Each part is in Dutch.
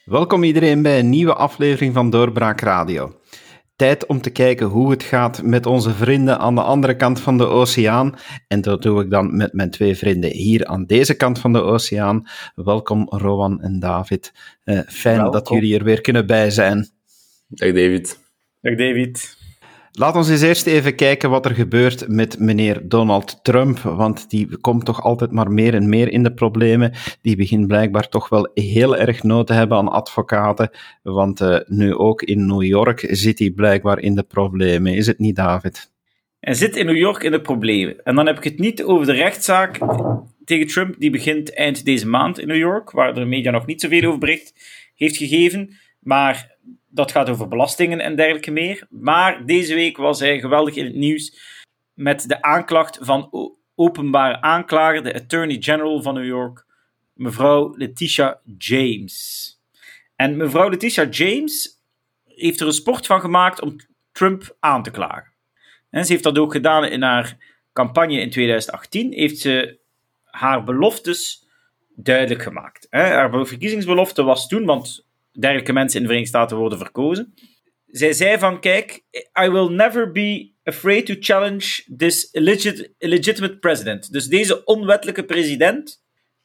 Welkom iedereen bij een nieuwe aflevering van Doorbraak Radio. Tijd om te kijken hoe het gaat met onze vrienden aan de andere kant van de oceaan. En dat doe ik dan met mijn twee vrienden hier aan deze kant van de oceaan. Welkom Rowan en David. Fijn dat jullie er weer kunnen bij zijn. Dag David. Dag David. Laat ons eens eerst even kijken wat er gebeurt met meneer Donald Trump, want die komt toch altijd maar meer en meer in de problemen. Die begint blijkbaar toch wel heel erg nood te hebben aan advocaten, want nu ook in New York zit hij blijkbaar in de problemen. Is het niet, David? Hij zit in New York in de problemen. En dan heb ik het niet over de rechtszaak tegen Trump, die begint eind deze maand in New York, waar de media nog niet zoveel over bericht heeft gegeven, maar dat gaat over belastingen en dergelijke meer. Maar deze week was hij geweldig in het nieuws met de aanklacht van openbare aanklager, de Attorney General van New York, mevrouw Letitia James. En mevrouw Letitia James heeft er een sport van gemaakt om Trump aan te klagen. En ze heeft dat ook gedaan in haar campagne in 2018. Heeft ze haar beloftes duidelijk gemaakt. Haar verkiezingsbelofte was toen, want dergelijke mensen in de Verenigde Staten worden verkozen. Zij zei van, kijk, I will never be afraid to challenge this illegitimate president. Dus deze onwettelijke president,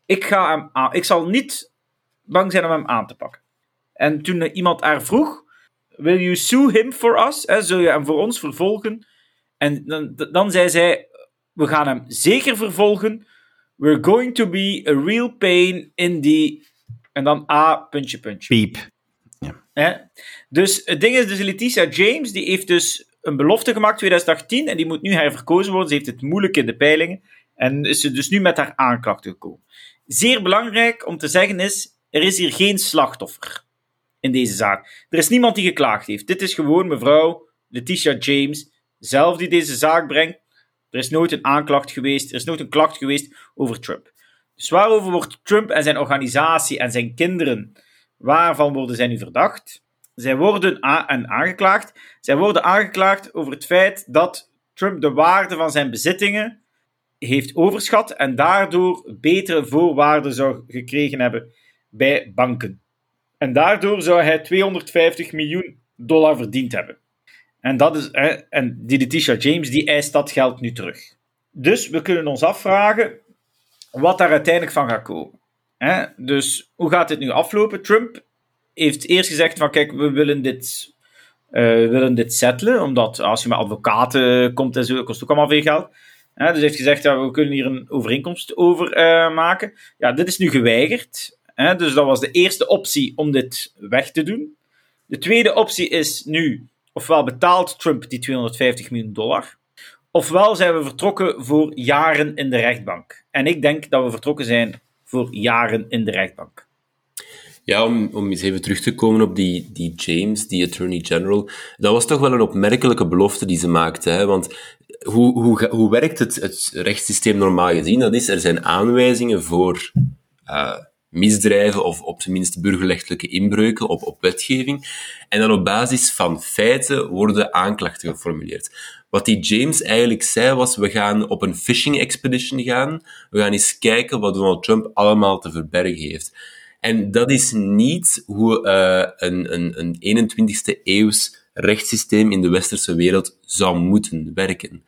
ik zal niet bang zijn om hem aan te pakken. En toen iemand haar vroeg, will you sue him for us? Zul je hem voor ons vervolgen? En dan zei zij, we gaan hem zeker vervolgen. We're going to be a real pain in the... En dan puntje. Piep. Ja. Dus het ding is, dus Letitia James, die heeft dus een belofte gemaakt in 2018 en die moet nu herverkozen worden. Ze heeft het moeilijk in de peilingen en is ze dus nu met haar aanklachten gekomen. Zeer belangrijk om te zeggen is, er is hier geen slachtoffer in deze zaak. Er is niemand die geklaagd heeft. Dit is gewoon mevrouw Letitia James zelf die deze zaak brengt. Er is nooit een aanklacht geweest, er is nooit een klacht geweest over Trump. Dus waarover wordt Trump en zijn organisatie en zijn kinderen, waarvan worden zij nu verdacht? Zij worden aangeklaagd. Zij worden aangeklaagd over het feit dat Trump de waarde van zijn bezittingen heeft overschat en daardoor betere voorwaarden zou gekregen hebben bij banken. En daardoor zou hij $250 miljoen verdiend hebben. En die Letitia James, die eist dat geld nu terug. Dus we kunnen ons afvragen wat daar uiteindelijk van gaat komen. Dus hoe gaat dit nu aflopen? Trump heeft eerst gezegd van kijk, we willen dit settelen, omdat als je met advocaten komt en zo, dat kost ook allemaal veel geld. Dus hij heeft gezegd, ja, we kunnen hier een overeenkomst over maken. Ja, dit is nu geweigerd. Dus dat was de eerste optie om dit weg te doen. De tweede optie is nu, ofwel betaalt Trump die $250 miljoen, ofwel zijn we vertrokken voor jaren in de rechtbank. En ik denk dat we vertrokken zijn voor jaren in de rechtbank. Ja, om eens even terug te komen op die James, die Attorney General, dat was toch wel een opmerkelijke belofte die ze maakte. Hè? Want hoe werkt het rechtssysteem normaal gezien? Dat is, er zijn aanwijzingen voor misdrijven of op zijn minst burgerrechtelijke inbreuken op wetgeving. En dan op basis van feiten worden aanklachten geformuleerd. Wat die James eigenlijk zei was, we gaan op een fishing expedition gaan. We gaan eens kijken wat Donald Trump allemaal te verbergen heeft. En dat is niet hoe een 21ste eeuws rechtssysteem in de westerse wereld zou moeten werken.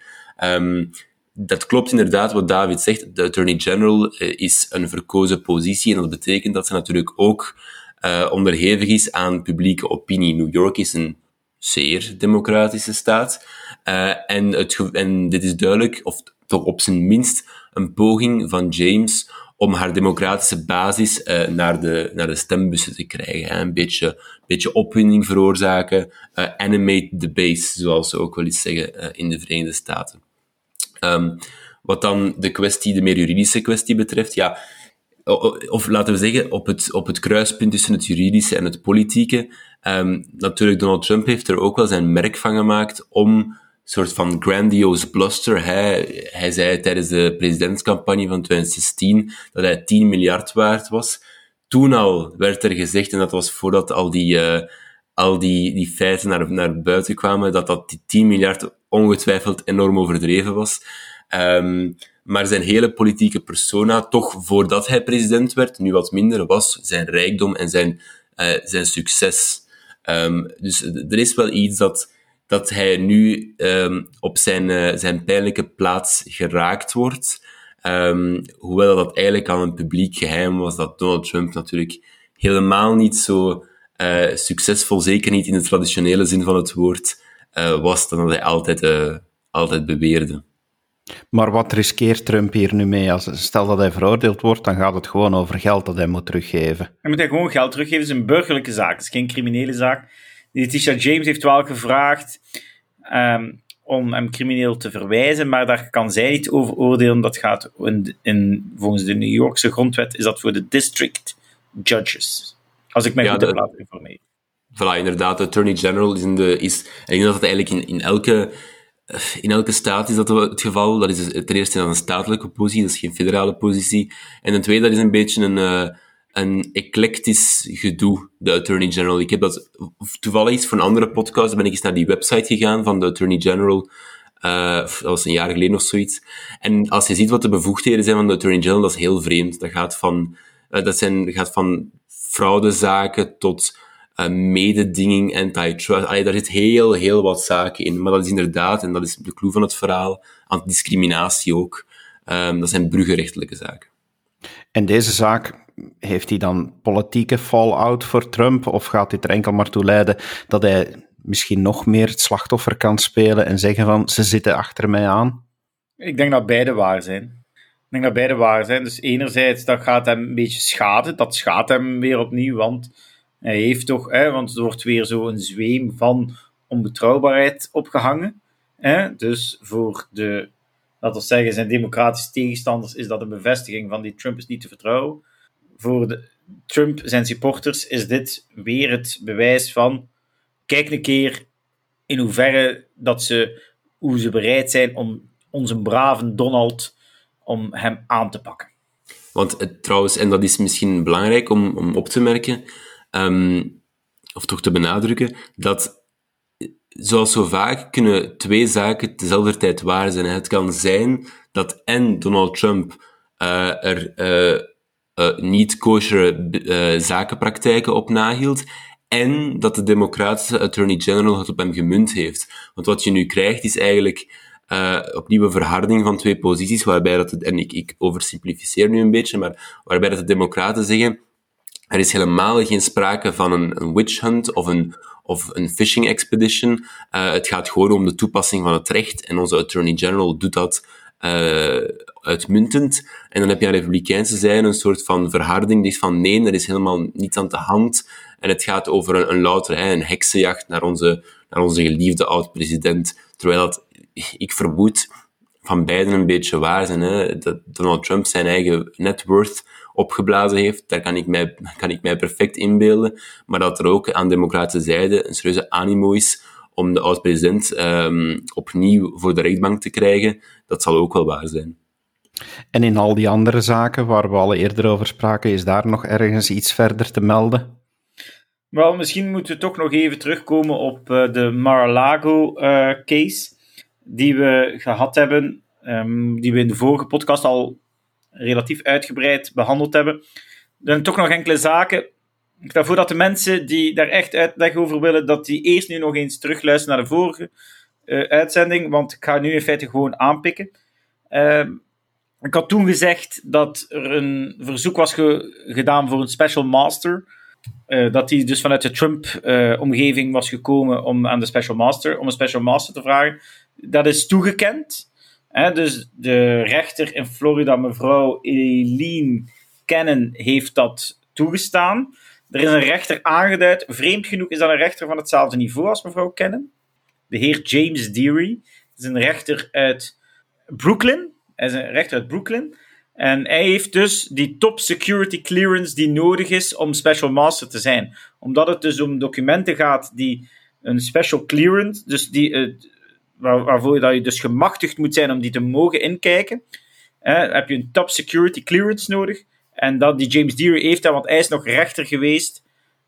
Dat klopt inderdaad wat David zegt. De Attorney General is een verkozen positie en dat betekent dat ze natuurlijk ook onderhevig is aan publieke opinie. New York is een zeer democratische staat en dit is duidelijk, of toch op zijn minst een poging van James om haar democratische basis naar de stembussen te krijgen. Hè. Een beetje opwinding veroorzaken, animate the base, zoals ze ook wel eens zeggen in de Verenigde Staten. Wat dan de meer juridische kwestie betreft, ja, of laten we zeggen, op het kruispunt tussen het juridische en het politieke, natuurlijk Donald Trump heeft er ook wel zijn merk van gemaakt om soort van grandiose bluster. Hij zei tijdens de presidentscampagne van 2016 dat hij 10 miljard waard was. Toen al werd er gezegd, en dat was voordat al die feiten naar buiten kwamen, dat die 10 miljard ongetwijfeld enorm overdreven was. Maar zijn hele politieke persona, toch voordat hij president werd, nu wat minder, was zijn rijkdom en zijn zijn succes. Dus er is wel iets dat hij nu op zijn pijnlijke plaats geraakt wordt. Hoewel dat eigenlijk al een publiek geheim was, dat Donald Trump natuurlijk helemaal niet zo succesvol, zeker niet in de traditionele zin van het woord, was dan dat hij altijd beweerde. Maar wat riskeert Trump hier nu mee? Stel dat hij veroordeeld wordt, dan gaat het gewoon over geld dat hij moet teruggeven. Hij moet gewoon geld teruggeven. Het is een burgerlijke zaak, het is geen criminele zaak. Letitia James heeft wel gevraagd om hem crimineel te verwijzen, maar daar kan zij niet over oordelen. Dat gaat volgens de New Yorkse grondwet is dat voor de district judges. Als ik mij goed heb laten informeren. Voilà, inderdaad, de Attorney General is ik denk dat het eigenlijk in elke staat is dat het geval. Dat is ten eerste een statelijke positie, dat is geen federale positie. En ten tweede, dat is een beetje een eclectisch gedoe, de Attorney General. Ik heb dat toevallig eens voor een andere podcast, ben ik eens naar die website gegaan van de Attorney General. Dat was een jaar geleden of zoiets. En als je ziet wat de bevoegdheden zijn van de Attorney General, dat is heel vreemd. Dat gaat van fraudezaken tot mededinging, antitrust. Daar zit heel wat zaken in. Maar dat is inderdaad, en dat is de clue van het verhaal, antidiscriminatie ook. Dat zijn burgerrechtelijke zaken. En deze zaak, heeft hij dan politieke fallout voor Trump? Of gaat dit er enkel maar toe leiden dat hij misschien nog meer het slachtoffer kan spelen en zeggen van, ze zitten achter mij aan? Ik denk dat beide waar zijn. Dus enerzijds, dat gaat hem een beetje schaden. Dat schaadt hem weer opnieuw, want hij heeft toch... want er wordt weer zo een zweem van onbetrouwbaarheid opgehangen. Dus voor laten we zeggen, zijn democratische tegenstanders is dat een bevestiging van die Trump is niet te vertrouwen. Voor de Trump, zijn supporters, is dit weer het bewijs van, kijk een keer in hoeverre hoe ze bereid zijn om onze brave Donald, om hem aan te pakken. Want trouwens, en dat is misschien belangrijk om op te merken, of toch te benadrukken, dat zoals zo vaak kunnen twee zaken tezelfde tijd waar zijn. Het kan zijn dat en Donald Trump niet kosher zakenpraktijken op nahield, en dat de democratische Attorney General het op hem gemunt heeft. Want wat je nu krijgt is eigenlijk opnieuw een verharding van twee posities, waarbij en ik oversimplificeer nu een beetje, maar waarbij dat de democraten zeggen, er is helemaal geen sprake van een witch hunt of een fishing expedition. Het gaat gewoon om de toepassing van het recht, en onze Attorney General doet dat uitmuntend. En dan heb je aan de republikeinse zijde een soort van verharding, die is van nee, er is helemaal niets aan de hand. En het gaat over een heksenjacht naar onze geliefde oud-president. Terwijl dat, ik vermoed, van beiden een beetje waar zijn. Dat Donald Trump zijn eigen net worth opgeblazen heeft, daar kan ik mij perfect inbeelden. Maar dat er ook aan de democratische zijde een serieuze animo is om de oud-president opnieuw voor de rechtbank te krijgen, dat zal ook wel waar zijn. En in al die andere zaken waar we al eerder over spraken, is daar nog ergens iets verder te melden? Wel, misschien moeten we toch nog even terugkomen op de Mar-a-Lago case die we gehad hebben, die we in de vorige podcast al relatief uitgebreid behandeld hebben. Er zijn toch nog enkele zaken. Ik stel voor dat de mensen die daar echt uitleg over willen, dat die eerst nu nog eens terugluisteren naar de vorige uitzending, want ik ga nu in feite gewoon aanpikken. Ik had toen gezegd dat er een verzoek was gedaan voor een special master. Dat die dus vanuit de Trump-omgeving was gekomen om een special master te vragen. Dat is toegekend. Dus de rechter in Florida, mevrouw Eileen Cannon, heeft dat toegestaan. Er is een rechter aangeduid. Vreemd genoeg is dat een rechter van hetzelfde niveau als mevrouw Cannon. De heer James Deary. Dat is een rechter uit Brooklyn. Hij is een rechter uit Brooklyn. En hij heeft dus die top security clearance die nodig is om special master te zijn. Omdat het dus om documenten gaat die een special clearance, dus waarvoor dat je dus gemachtigd moet zijn om die te mogen inkijken, heb je een top security clearance nodig. En dat die James Deary heeft dat, want hij is nog rechter geweest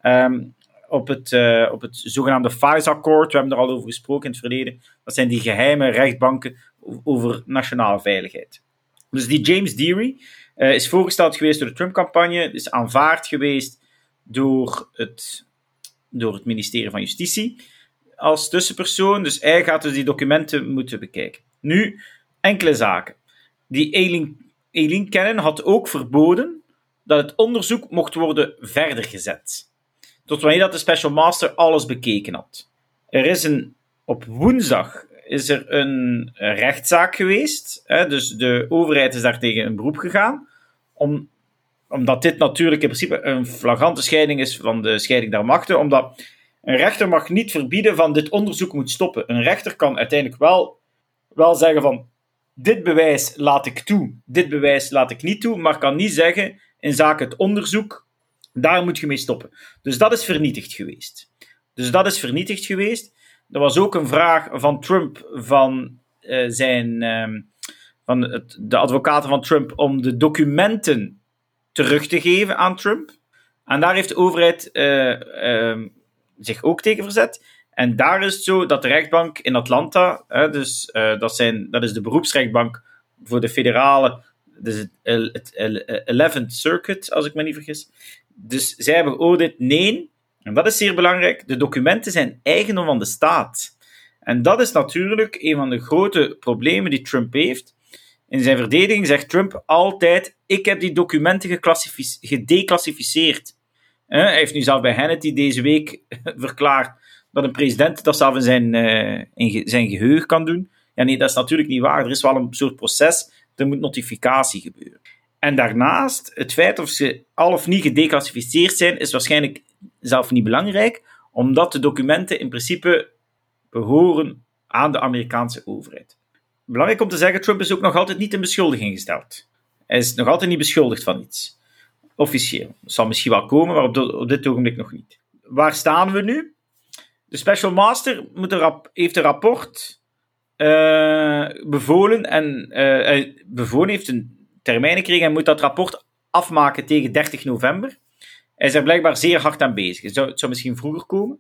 op het zogenaamde FISA-court. We hebben er al over gesproken in het verleden. Dat zijn die geheime rechtbanken over nationale veiligheid. Dus die James Deary is voorgesteld geweest door de Trump-campagne, is aanvaard geweest door het ministerie van Justitie als tussenpersoon. Dus hij gaat dus die documenten moeten bekijken. Nu, enkele zaken. Die Eileen Cannon had ook verboden dat het onderzoek mocht worden verder gezet. Tot wanneer dat de Special Master alles bekeken had. Op woensdag is er een rechtszaak geweest. Dus de overheid is daar tegen een beroep gegaan. Omdat dit natuurlijk in principe een flagrante scheiding is van de scheiding der machten. Omdat een rechter mag niet verbieden van dit onderzoek moet stoppen. Een rechter kan uiteindelijk wel zeggen van dit bewijs laat ik toe, dit bewijs laat ik niet toe, maar kan niet zeggen in zaken het onderzoek, daar moet je mee stoppen. Dus dat is vernietigd geweest. Er was ook een vraag van Trump, van de advocaten van Trump, om de documenten terug te geven aan Trump. En daar heeft de overheid zich ook tegen verzet. En daar is het zo dat de rechtbank in Atlanta, dat is de beroepsrechtbank voor de federale, dus het 11th Circuit, als ik me niet vergis. Dus zij hebben geoordeeld, nee, en dat is zeer belangrijk, de documenten zijn eigendom van de staat. En dat is natuurlijk een van de grote problemen die Trump heeft. In zijn verdediging zegt Trump altijd, ik heb die documenten gedeclassificeerd. Hij heeft nu zelf bij Hannity deze week verklaard dat een president dat zelf in zijn geheugen kan doen. Ja, nee, dat is natuurlijk niet waar. Er is wel een soort proces, er moet notificatie gebeuren. En daarnaast, het feit of ze al of niet gedeclassificeerd zijn, is waarschijnlijk zelf niet belangrijk, omdat de documenten in principe behoren aan de Amerikaanse overheid. Belangrijk om te zeggen, Trump is ook nog altijd niet in beschuldiging gesteld. Hij is nog altijd niet beschuldigd van iets. Officieel. Dat zal misschien wel komen, maar op dit ogenblik nog niet. Waar staan we nu? De Special Master heeft een rapport bevolen en heeft een termijn gekregen en moet dat rapport afmaken tegen 30 november. Hij is er blijkbaar zeer hard aan bezig. Het zou misschien vroeger komen.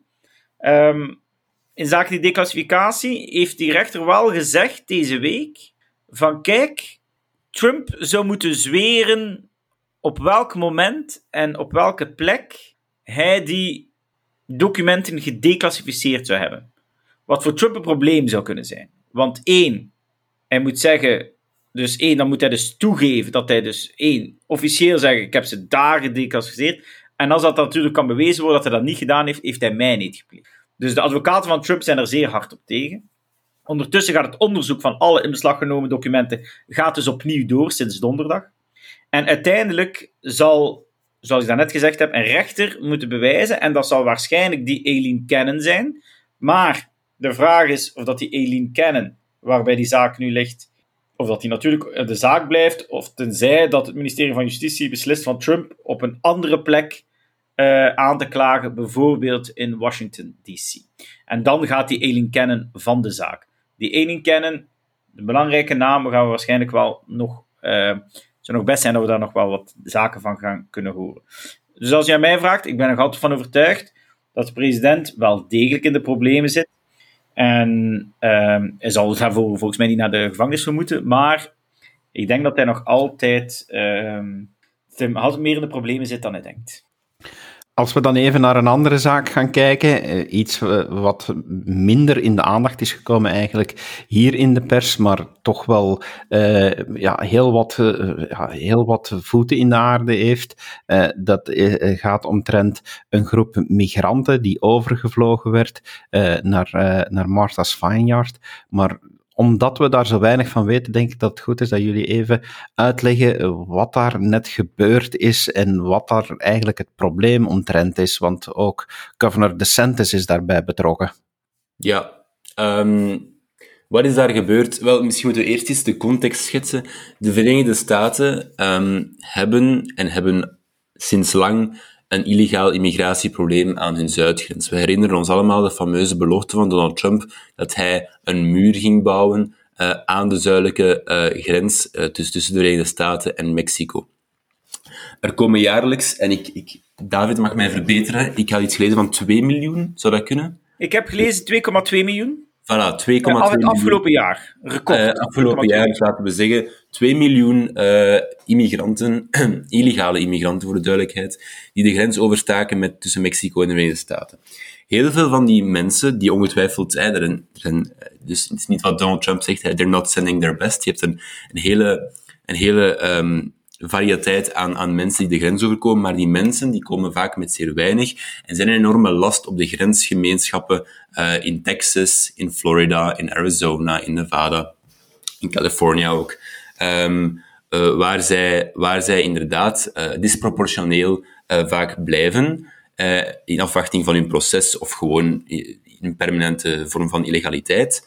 In zaken die declassificatie heeft die rechter wel gezegd deze week van kijk, Trump zou moeten zweren op welk moment en op welke plek hij die documenten gedeclassificeerd zou hebben. Wat voor Trump een probleem zou kunnen zijn. Want hij moet zeggen, dan moet hij dus toegeven dat hij dus officieel zeggen, ik heb ze daar gedeclassificeerd. En als dat natuurlijk kan bewezen worden dat hij dat niet gedaan heeft, heeft hij mij niet gepleegd. Dus de advocaten van Trump zijn er zeer hard op tegen. Ondertussen gaat het onderzoek van alle in beslag genomen documenten gaat dus opnieuw door, sinds donderdag. En uiteindelijk zal, zoals ik daarnet gezegd heb, een rechter moeten bewijzen, en dat zal waarschijnlijk die Eileen Cannon zijn. Maar de vraag is of dat die Eileen Cannon, waarbij die zaak nu ligt, of dat die natuurlijk de zaak blijft, of tenzij dat het ministerie van Justitie beslist van Trump op een andere plek aan te klagen, bijvoorbeeld in Washington, D.C. En dan gaat die Eileen Cannon van de zaak. Die Eileen Cannon, de belangrijke naam, gaan we waarschijnlijk wel nog... Het zou nog best zijn dat we daar nog wel wat zaken van gaan kunnen horen. Dus als je aan mij vraagt, ik ben er altijd van overtuigd dat de president wel degelijk in de problemen zit. En hij zal daarvoor volgens mij niet naar de gevangenis moeten, maar ik denk dat hij nog altijd meer in de problemen zit dan hij denkt. Als we dan even naar een andere zaak gaan kijken, iets wat minder in de aandacht is gekomen eigenlijk hier in de pers, maar toch wel heel wat voeten in de aarde heeft. Dat gaat omtrent een groep migranten die overgevlogen werd naar Martha's Vineyard, maar omdat we daar zo weinig van weten, denk ik dat het goed is dat jullie even uitleggen wat daar net gebeurd is en wat daar eigenlijk het probleem omtrent is, want ook governor DeSantis is daarbij betrokken. Ja, wat is daar gebeurd? Wel, misschien moeten we eerst eens de context schetsen. De Verenigde Staten hebben sinds lang een illegaal immigratieprobleem aan hun zuidgrens. We herinneren ons allemaal de fameuze belofte van Donald Trump dat hij een muur ging bouwen aan de zuidelijke grens tussen de Verenigde Staten en Mexico. Er komen jaarlijks, en David mag mij verbeteren, ik had iets gelezen van 2 miljoen, zou dat kunnen? Ik heb gelezen 2,2 miljoen. Voilà, 2,2 Al het miljoen. afgelopen jaar. Record. Afgelopen jaar, dus laten we zeggen, 2 miljoen immigranten, illegale immigranten voor de duidelijkheid, die de grens overstaken tussen Mexico en de Verenigde Staten. Heel veel van die mensen, die ongetwijfeld, dus het is niet wat Donald Trump zegt, they're not sending their best. Je hebt een hele variëteit aan mensen die de grens overkomen, maar die mensen die komen vaak met zeer weinig en zijn een enorme last op de grensgemeenschappen in Texas, in Florida, in Arizona, in Nevada, in Californië ook, waar zij inderdaad disproportioneel vaak blijven in afwachting van hun proces of gewoon in een permanente vorm van illegaliteit.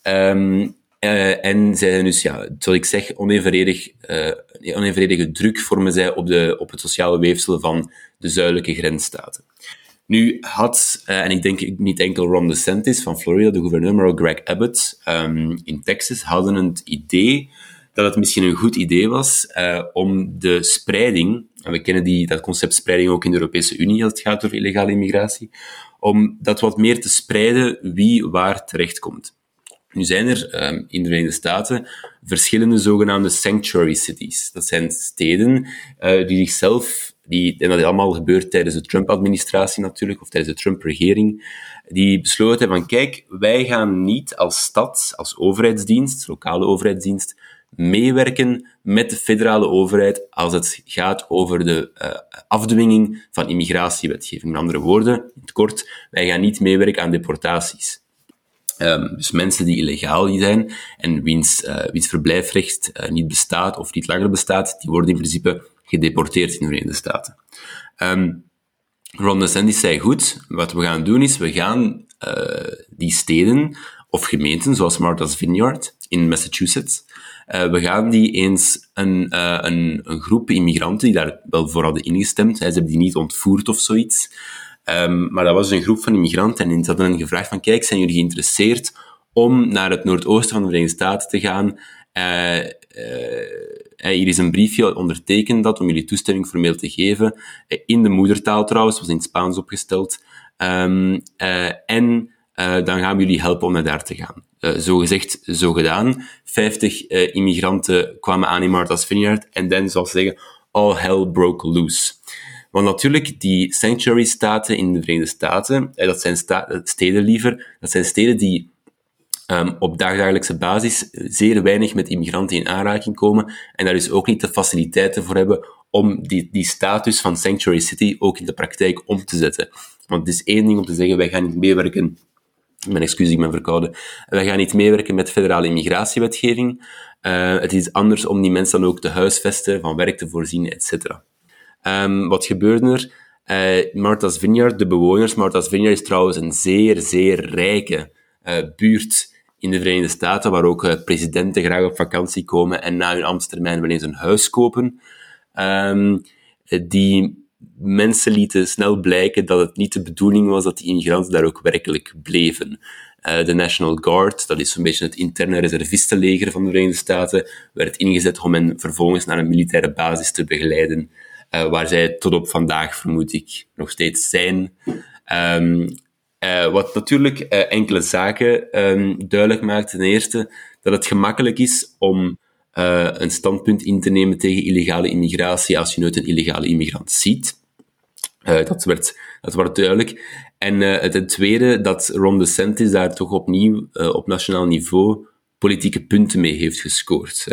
En zij dus, zoals ik zeg, onevenredige druk vormen zij op het sociale weefsel van de zuidelijke grensstaten. Nu en ik denk niet enkel Ron DeSantis van Florida, de gouverneur, maar ook Greg Abbott in Texas, hadden het idee dat het misschien een goed idee was om de spreiding, en we kennen dat concept spreiding ook in de Europese Unie als het gaat over illegale immigratie, om dat wat meer te spreiden wie waar terechtkomt. Nu zijn er in de Verenigde Staten verschillende zogenaamde sanctuary cities. Dat zijn steden die zichzelf, en dat is allemaal gebeurd tijdens de Trump-administratie natuurlijk, of tijdens de Trump-regering, die besloten hebben van, kijk, wij gaan niet als stad, als overheidsdienst, lokale overheidsdienst, meewerken met de federale overheid als het gaat over de afdwinging van immigratiewetgeving. Met andere woorden, in het kort, wij gaan niet meewerken aan deportaties. Dus mensen die illegaal zijn en wiens verblijfrecht niet bestaat of niet langer bestaat, die worden in principe gedeporteerd in de Verenigde Staten. Ron DeSantis zei, goed, wat we gaan doen is, we gaan die steden of gemeenten, zoals Martha's Vineyard in Massachusetts, we gaan die eens een groep immigranten die daar wel voor hadden ingestemd, ze hebben die niet ontvoerd of zoiets, maar dat was een groep van immigranten en ze hadden hen gevraagd van, kijk, zijn jullie geïnteresseerd om naar het noordoosten van de Verenigde Staten te gaan? Hier is een briefje, onderteken dat om jullie toestemming formeel te geven, in de moedertaal trouwens, was in het Spaans opgesteld, en dan gaan we jullie helpen om naar daar te gaan. Zo gezegd, zo gedaan. 50 immigranten kwamen aan in Martha's Vineyard en dan, zoals ze zeggen, all hell broke loose. Want natuurlijk, die sanctuary-staten in de Verenigde Staten, dat zijn steden liever, dat zijn steden die op dagdagelijkse basis zeer weinig met immigranten in aanraking komen en daar dus ook niet de faciliteiten voor hebben om die status van sanctuary city ook in de praktijk om te zetten. Want het is één ding om te zeggen, wij gaan niet meewerken, mijn excuus, ik ben verkouden, wij gaan niet meewerken met federale immigratiewetgeving. Het is anders om die mensen dan ook te huisvesten, van werk te voorzien, etc. Wat gebeurde er? Martha's Vineyard, de bewoners, Martha's Vineyard is trouwens een zeer, zeer rijke buurt in de Verenigde Staten, waar ook presidenten graag op vakantie komen en na hun ambtstermijn wel eens een huis kopen. Die mensen lieten snel blijken dat het niet de bedoeling was dat die immigranten daar ook werkelijk bleven. De National Guard, dat is zo'n beetje het interne reservistenleger van de Verenigde Staten, werd ingezet om hen vervolgens naar een militaire basis te begeleiden, waar zij tot op vandaag, vermoed ik, nog steeds zijn. Wat natuurlijk enkele zaken duidelijk maakt. Ten eerste dat het gemakkelijk is om een standpunt in te nemen tegen illegale immigratie als je nooit een illegale immigrant ziet. Dat werd duidelijk. En ten tweede dat Ron DeSantis daar toch opnieuw op nationaal niveau politieke punten mee heeft gescoord.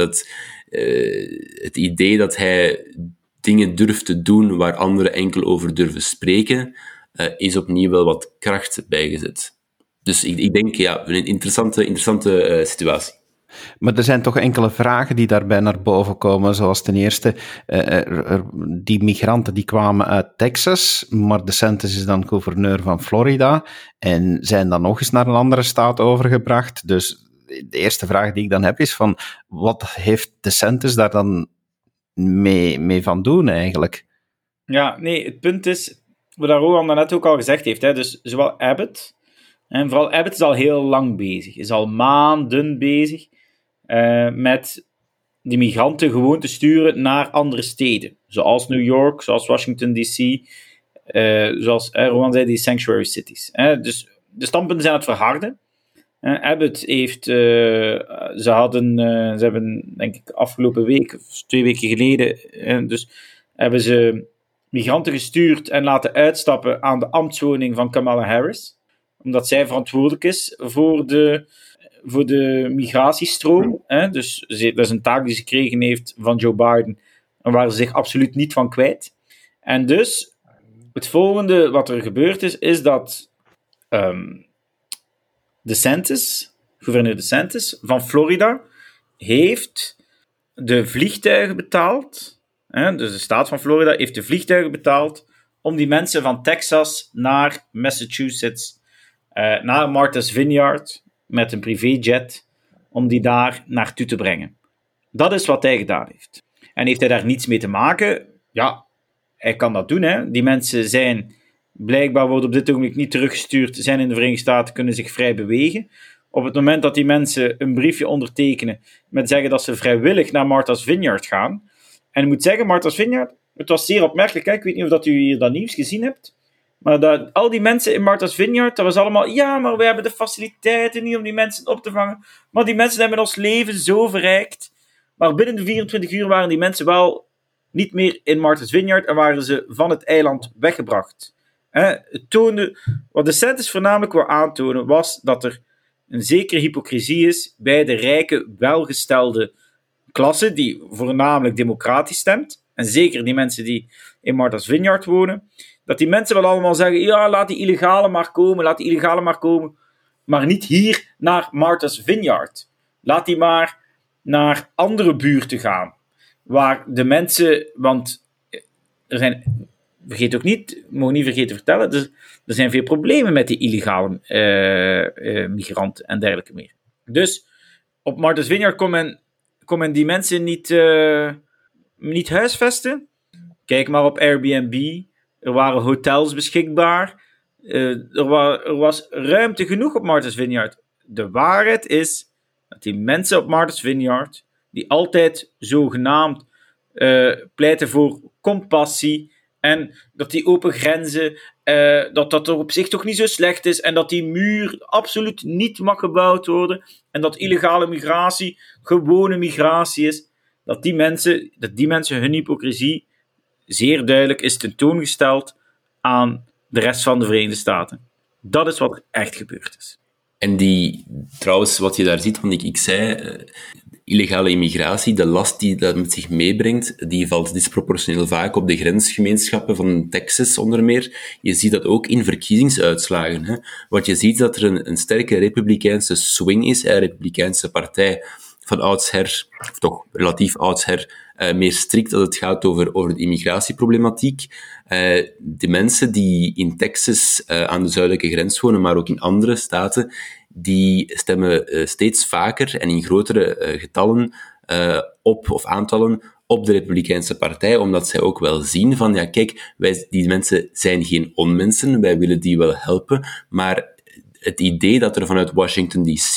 Het idee dat hij dingen durft te doen waar anderen enkel over durven spreken, is opnieuw wel wat kracht bijgezet. Dus ik denk, een interessante situatie. Maar er zijn toch enkele vragen die daarbij naar boven komen, zoals ten eerste, die migranten die kwamen uit Texas, maar DeSantis is dan gouverneur van Florida en zijn dan nog eens naar een andere staat overgebracht. Dus de eerste vraag die ik dan heb is van, wat heeft DeSantis daar dan mee van doen eigenlijk? Ja, nee, het punt is, wat Rowan daarnet ook al gezegd heeft, dus zowel Abbott, en vooral Abbott is al heel lang bezig, is al maanden bezig met die migranten gewoon te sturen naar andere steden. Zoals New York, zoals Washington D.C., zoals Rowan zei, die sanctuary cities. Dus de standpunten zijn aan het verharden. Abbott heeft... ze hebben, denk ik, afgelopen week, of 2 weken geleden... dus hebben ze migranten gestuurd en laten uitstappen aan de ambtswoning van Kamala Harris. Omdat zij verantwoordelijk is voor de migratiestroom. Dus dat is een taak die ze gekregen heeft van Joe Biden. En waar ze zich absoluut niet van kwijt. En dus, het volgende wat er gebeurd is dat gouverneur DeSantis van Florida, heeft de vliegtuigen betaald. Dus de staat van Florida heeft de vliegtuigen betaald om die mensen van Texas naar Massachusetts, naar Martha's Vineyard, met een privéjet, om die daar naartoe te brengen. Dat is wat hij gedaan heeft. En heeft hij daar niets mee te maken? Ja, hij kan dat doen. Hè. Die mensen zijn blijkbaar, worden op dit ogenblik niet teruggestuurd, zijn in de Verenigde Staten, kunnen zich vrij bewegen. Op het moment dat die mensen een briefje ondertekenen met zeggen dat ze vrijwillig naar Martha's Vineyard gaan. En ik moet zeggen, Martha's Vineyard, het was zeer opmerkelijk. Hè? Ik weet niet of dat u hier dat nieuws gezien hebt. Maar al die mensen in Martha's Vineyard, dat was allemaal... Ja, maar we hebben de faciliteiten niet om die mensen op te vangen. Maar die mensen hebben ons leven zo verrijkt. Maar binnen de 24 uur waren die mensen wel niet meer in Martha's Vineyard en waren ze van het eiland weggebracht. Het toonde... Wat DeSantis voornamelijk wil aantonen, was dat er een zekere hypocrisie is bij de rijke, welgestelde klasse, die voornamelijk democratisch stemt, en zeker die mensen die in Martha's Vineyard wonen, dat die mensen wel allemaal zeggen, ja, laat die illegale maar komen, maar niet hier naar Martha's Vineyard. Laat die maar naar andere buurten gaan, waar de mensen, want er zijn, vergeet ook niet, mogen niet vergeten vertellen, er zijn veel problemen met die illegale migranten en dergelijke meer. Dus op Martha's Vineyard kon men die mensen niet huisvesten. Kijk maar op Airbnb. Er waren hotels beschikbaar. Er was ruimte genoeg op Martha's Vineyard. De waarheid is dat die mensen op Martha's Vineyard, die altijd zogenaamd pleiten voor compassie en dat die open grenzen, dat er op zich toch niet zo slecht is en dat die muur absoluut niet mag gebouwd worden en dat illegale migratie gewone migratie is, dat die mensen hun hypocrisie zeer duidelijk is tentoongesteld aan de rest van de Verenigde Staten. Dat is wat er echt gebeurd is. En trouwens, wat je daar ziet, want ik zei, illegale immigratie, de last die dat met zich meebrengt, die valt disproportioneel vaak op de grensgemeenschappen van Texas onder meer. Je ziet dat ook in verkiezingsuitslagen. Hè. Wat je ziet is dat er een sterke republikeinse swing is, een republikeinse partij van oudsher, of toch relatief oudsher, meer strikt als het gaat over de immigratieproblematiek. De mensen die in Texas aan de zuidelijke grens wonen, maar ook in andere staten, die stemmen steeds vaker en in grotere getallen of aantallen op de Republikeinse Partij, omdat zij ook wel zien van, ja kijk, die mensen zijn geen onmensen, wij willen die wel helpen, maar het idee dat er vanuit Washington D.C.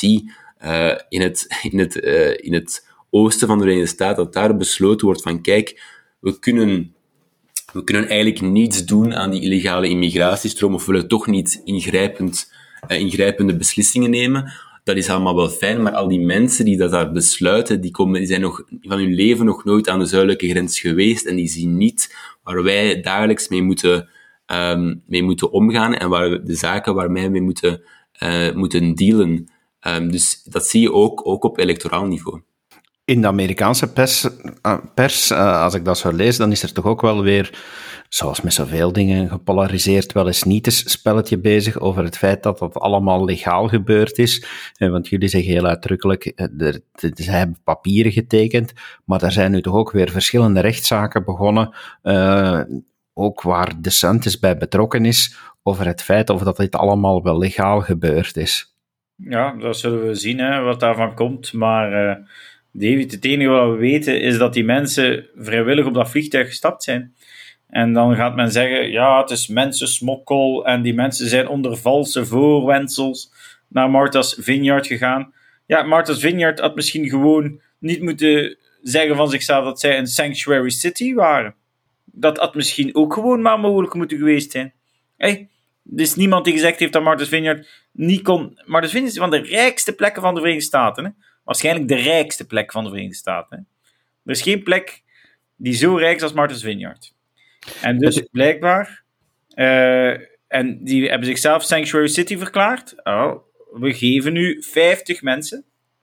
In het oosten van de Verenigde Staten, dat daar besloten wordt van, kijk, we kunnen eigenlijk niets doen aan die illegale immigratiestroom, of we willen toch niet ingrijpende beslissingen nemen. Dat is allemaal wel fijn, maar al die mensen die dat daar besluiten, die zijn nog van hun leven nog nooit aan de zuidelijke grens geweest en die zien niet waar wij dagelijks mee moeten omgaan en de zaken waar wij mee moeten dealen. Dus dat zie je ook op electoraal niveau. In de Amerikaanse pers, als ik dat zou lezen, dan is er toch ook wel weer, zoals met zoveel dingen, gepolariseerd, wel eens niet eens spelletje bezig over het feit dat dat allemaal legaal gebeurd is. Want jullie zeggen heel uitdrukkelijk, ze hebben papieren getekend, maar er zijn nu toch ook weer verschillende rechtszaken begonnen, ook waar DeSantis bij betrokken is, over het feit of dat dit allemaal wel legaal gebeurd is. Ja, dat zullen we zien, hè, wat daarvan komt, maar... David, het enige wat we weten is dat die mensen vrijwillig op dat vliegtuig gestapt zijn. En dan gaat men zeggen, ja, het is mensensmokkel en die mensen zijn onder valse voorwendsels naar Martha's Vineyard gegaan. Ja, Martha's Vineyard had misschien gewoon niet moeten zeggen van zichzelf dat zij een sanctuary city waren. Dat had misschien ook gewoon maar mogelijk moeten geweest zijn. Er is niemand die gezegd heeft dat Martha's Vineyard niet kon... Martha's Vineyard is van de rijkste plekken van de Verenigde Staten. Hè? Waarschijnlijk de rijkste plek van de Verenigde Staten. Hè? Er is geen plek die zo rijk is als Martha's Vineyard. En dus blijkbaar... en die hebben zichzelf Sanctuary City verklaard. Oh, we geven nu 50 mensen.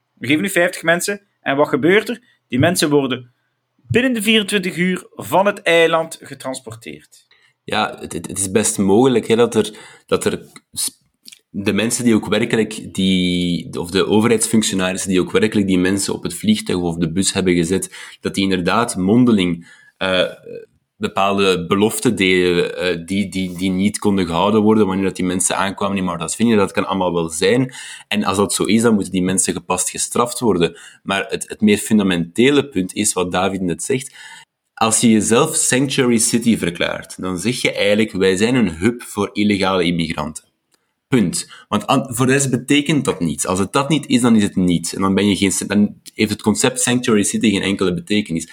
En wat gebeurt er? Die mensen worden binnen de 24 uur van het eiland getransporteerd. Ja, het is best mogelijk hè, dat er de mensen die ook werkelijk of de overheidsfunctionarissen die ook werkelijk die mensen op het vliegtuig of de bus hebben gezet, dat die inderdaad mondeling bepaalde beloften deden die niet konden gehouden worden wanneer dat die mensen aankwamen in Martha's Vineyard. Dat kan allemaal wel zijn. En als dat zo is, dan moeten die mensen gepast gestraft worden. Maar het meer fundamentele punt is, wat David net zegt, als je jezelf Sanctuary City verklaart, dan zeg je eigenlijk, wij zijn een hub voor illegale immigranten. Punt. Want voor de rest betekent dat niets. Als het dat niet is, dan is het niets. En dan heeft het concept Sanctuary City geen enkele betekenis.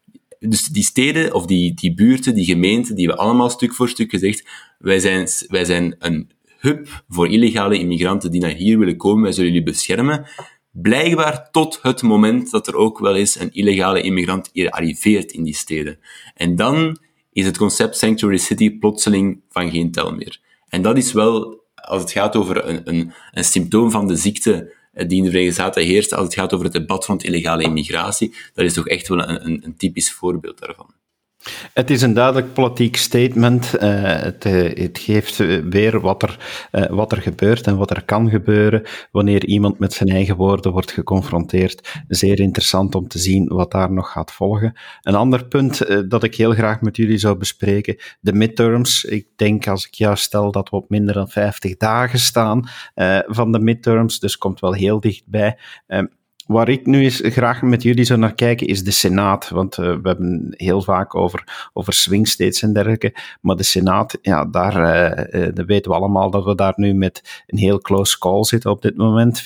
Dus die steden, of die buurten, die gemeenten, die we allemaal stuk voor stuk gezegd, wij zijn een hub voor illegale immigranten die naar hier willen komen, wij zullen jullie beschermen. Blijkbaar tot het moment dat er ook wel eens een illegale immigrant hier arriveert in die steden. En dan is het concept Sanctuary City plotseling van geen tel meer. En dat is wel, als het gaat over een symptoom van de ziekte die in de Verenigde Staten heerst, als het gaat over het debat rond illegale immigratie, dat is toch echt wel een typisch voorbeeld daarvan. Het is een duidelijk politiek statement. Het geeft weer wat er gebeurt en wat er kan gebeuren wanneer iemand met zijn eigen woorden wordt geconfronteerd. Zeer interessant om te zien wat daar nog gaat volgen. Een ander punt dat ik heel graag met jullie zou bespreken, de midterms. Ik denk, als ik jou stel, dat we op minder dan 50 dagen staan van de midterms, dus komt wel heel dichtbij. Waar ik nu eens graag met jullie zou naar kijken, is de Senaat. Want we hebben heel vaak over swing states en dergelijke. Maar de Senaat, ja, daar weten we allemaal dat we daar nu met een heel close call zitten op dit moment,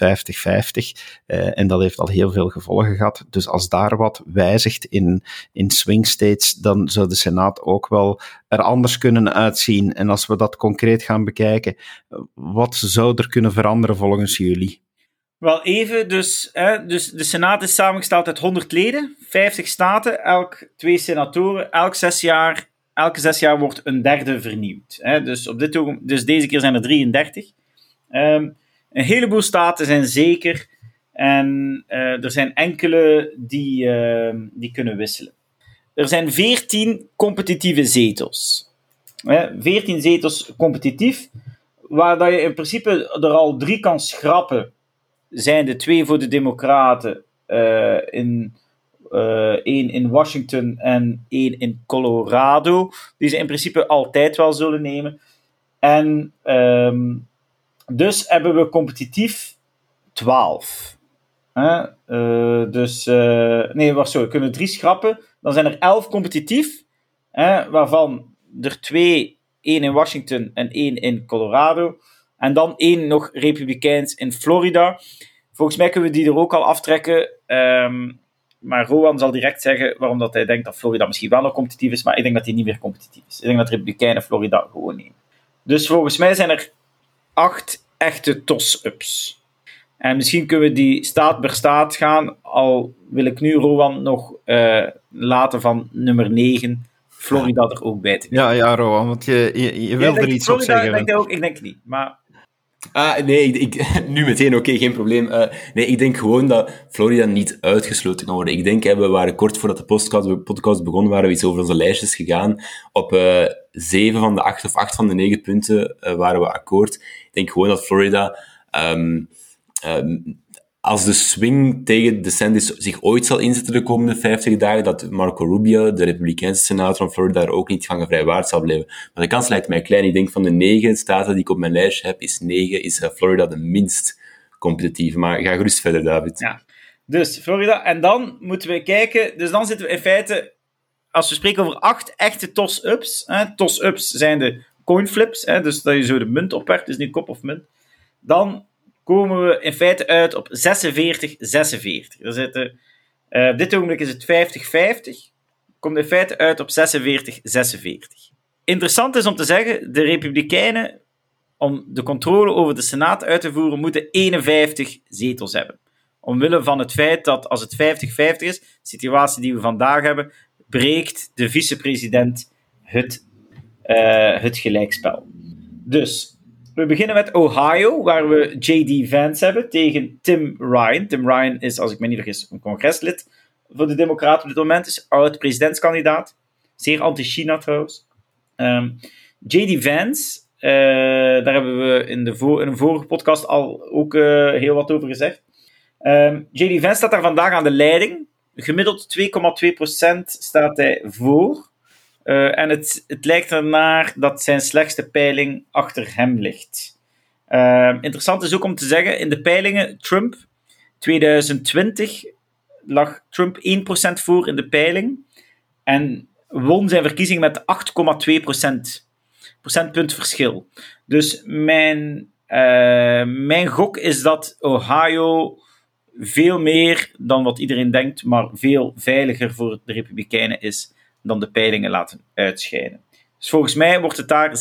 50-50. En dat heeft al heel veel gevolgen gehad. Dus als daar wat wijzigt in swing states, dan zou de Senaat ook wel er anders kunnen uitzien. En als we dat concreet gaan bekijken, wat zou er kunnen veranderen volgens jullie? Wel even, dus de Senaat is samengesteld uit 100 leden, 50 staten, elk 2 senatoren, elke 6 jaar wordt een derde vernieuwd. Dus deze keer zijn er 33. Een heleboel staten zijn zeker en er zijn enkele die kunnen wisselen. Er zijn 14 competitieve zetels. 14 zetels competitief, waar dat je in principe er al 3 kan schrappen. Zijn de 2 voor de Democraten, 1 in Washington en 1 in Colorado, die ze in principe altijd wel zullen nemen. En dus hebben we competitief 12. We kunnen 3 schrappen. Dan zijn er 11 competitief, waarvan er 2, 1 in Washington en 1 in Colorado. En dan 1 nog republikeins in Florida. Volgens mij kunnen we die er ook al aftrekken. Maar Rowan zal direct zeggen waarom dat hij denkt dat Florida misschien wel nog competitief is. Maar ik denk dat hij niet meer competitief is. Ik denk dat republikeinen Florida gewoon nemen. Dus volgens mij zijn er 8 echte toss-ups. En misschien kunnen we die staat per staat gaan. Al wil ik nu Rowan nog laten van nummer 9... Florida er ook bij te nemen. Ja, Rowan, want je wil er iets Florida, op zeggen. Ik denk niet, maar... Nee, nu meteen, oké, geen probleem. Nee, ik denk gewoon dat Florida niet uitgesloten kan worden. Ik denk, we waren kort voordat de podcast begon, waren we iets over onze lijstjes gegaan. Op 7 van de 8 of 8 van de 9 punten waren we akkoord. Ik denk gewoon dat Florida... als de swing tegen DeSantis zich ooit zal inzetten de komende 50 dagen, dat Marco Rubio, de Republikeinse senator van Florida, daar ook niet van gevrijwaard zal blijven. Maar de kans lijkt mij klein. Ik denk van de 9 staten die ik op mijn lijstje heb, is Florida de minst competitieve. Maar ga gerust verder, David. Ja, dus Florida. En dan moeten we kijken. Dus dan zitten we in feite, als we spreken over 8 echte toss-ups. Toss-ups zijn de coinflips. Dus dat je zo de munt opwerpt, dus niet kop of munt. Dan komen we in feite uit op 46-46. Op dit ogenblik is het 50-50. Komt in feite uit op 46-46. Interessant is om te zeggen, de Republikeinen om de controle over de Senaat uit te voeren, moeten 51 zetels hebben. Omwille van het feit dat als het 50-50 is, de situatie die we vandaag hebben, breekt de vicepresident het gelijkspel. Dus, we beginnen met Ohio, waar we J.D. Vance hebben tegen Tim Ryan. Tim Ryan is, als ik me niet vergis, een congreslid voor de Democraten op dit moment, is oud-presidentskandidaat. Zeer anti-China trouwens. J.D. Vance, daar hebben we in een vorige podcast al ook heel wat over gezegd. J.D. Vance staat daar vandaag aan de leiding. Gemiddeld 2,2% staat hij voor. En het lijkt ernaar dat zijn slechtste peiling achter hem ligt. Interessant is ook om te zeggen, in de peilingen, Trump, 2020 lag Trump 1% voor in de peiling. En won zijn verkiezing met 8,2%. Procentpunt verschil. Dus mijn gok is dat Ohio veel meer dan wat iedereen denkt, maar veel veiliger voor de Republikeinen is dan de peilingen laten uitschijnen. Dus volgens mij wordt het daar